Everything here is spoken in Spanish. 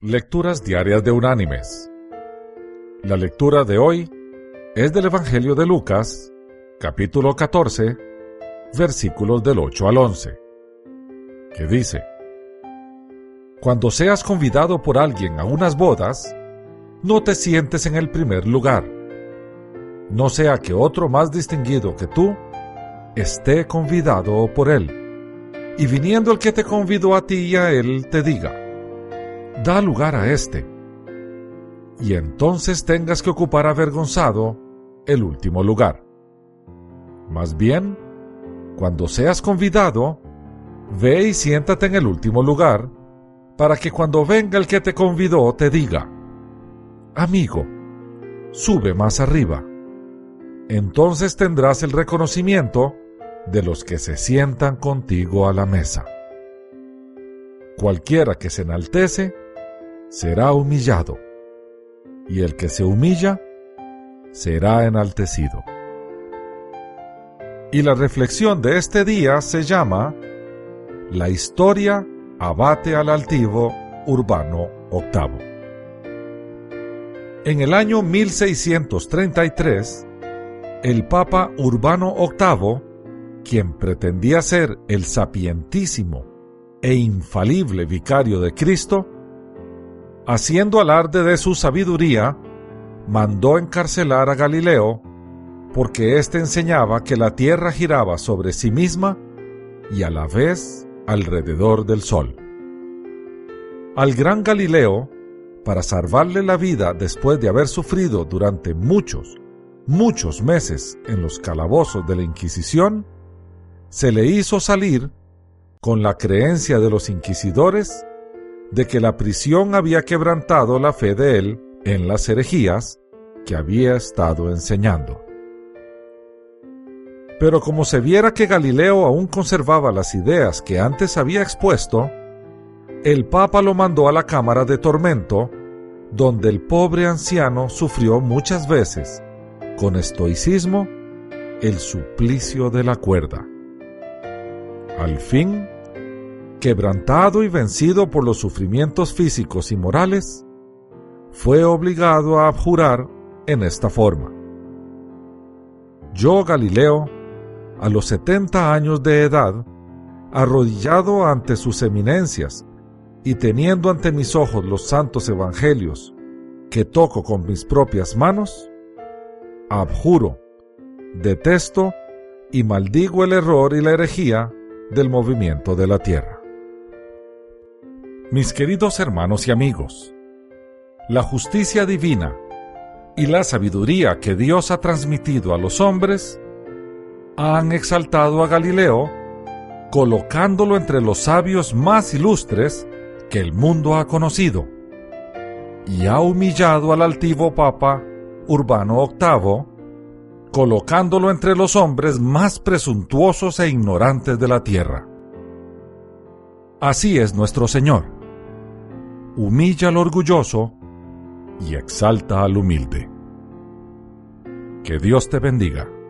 Lecturas diarias de Unánimes. La lectura de hoy es del Evangelio de Lucas, capítulo 14, versículos del 8 al 11, que dice: Cuando seas convidado por alguien a unas bodas, no te sientes en el primer lugar, no sea que otro más distinguido que tú esté convidado por él, y viniendo el que te convidó a ti y a él te diga: da lugar a este, y entonces tengas que ocupar avergonzado el último lugar. Más bien, cuando seas convidado, ve y siéntate en el último lugar, para que cuando venga el que te convidó te diga: amigo, sube más arriba. Entonces tendrás el reconocimiento de los que se sientan contigo a la mesa. Cualquiera que se enaltece será humillado, y el que se humilla será enaltecido. Y la reflexión de este día se llama La historia abate al altivo Urbano VIII. En el año 1633, el Papa Urbano VIII, quien pretendía ser el sapientísimo e infalible vicario de Cristo, haciendo alarde de su sabiduría, mandó encarcelar a Galileo porque éste enseñaba que la tierra giraba sobre sí misma y a la vez alrededor del sol. Al gran Galileo, para salvarle la vida después de haber sufrido durante muchos meses en los calabozos de la Inquisición, se le hizo salir con la creencia de los inquisidores de que la prisión había quebrantado la fe de él en las herejías que había estado enseñando. Pero como se viera que Galileo aún conservaba las ideas que antes había expuesto, el Papa lo mandó a la cámara de tormento, donde el pobre anciano sufrió muchas veces, con estoicismo, el suplicio de la cuerda. Al fin, quebrantado y vencido por los sufrimientos físicos y morales, fue obligado a abjurar en esta forma: yo, Galileo, a los 70 años de edad, arrodillado ante sus eminencias y teniendo ante mis ojos los santos evangelios que toco con mis propias manos, abjuro, detesto y maldigo el error y la herejía del movimiento de la tierra. Mis queridos hermanos y amigos, la justicia divina y la sabiduría que Dios ha transmitido a los hombres han exaltado a Galileo, colocándolo entre los sabios más ilustres que el mundo ha conocido, y ha humillado al altivo Papa Urbano VIII, colocándolo entre los hombres más presuntuosos e ignorantes de la tierra. Así es nuestro Señor: humilla al orgulloso y exalta al humilde. Que Dios te bendiga.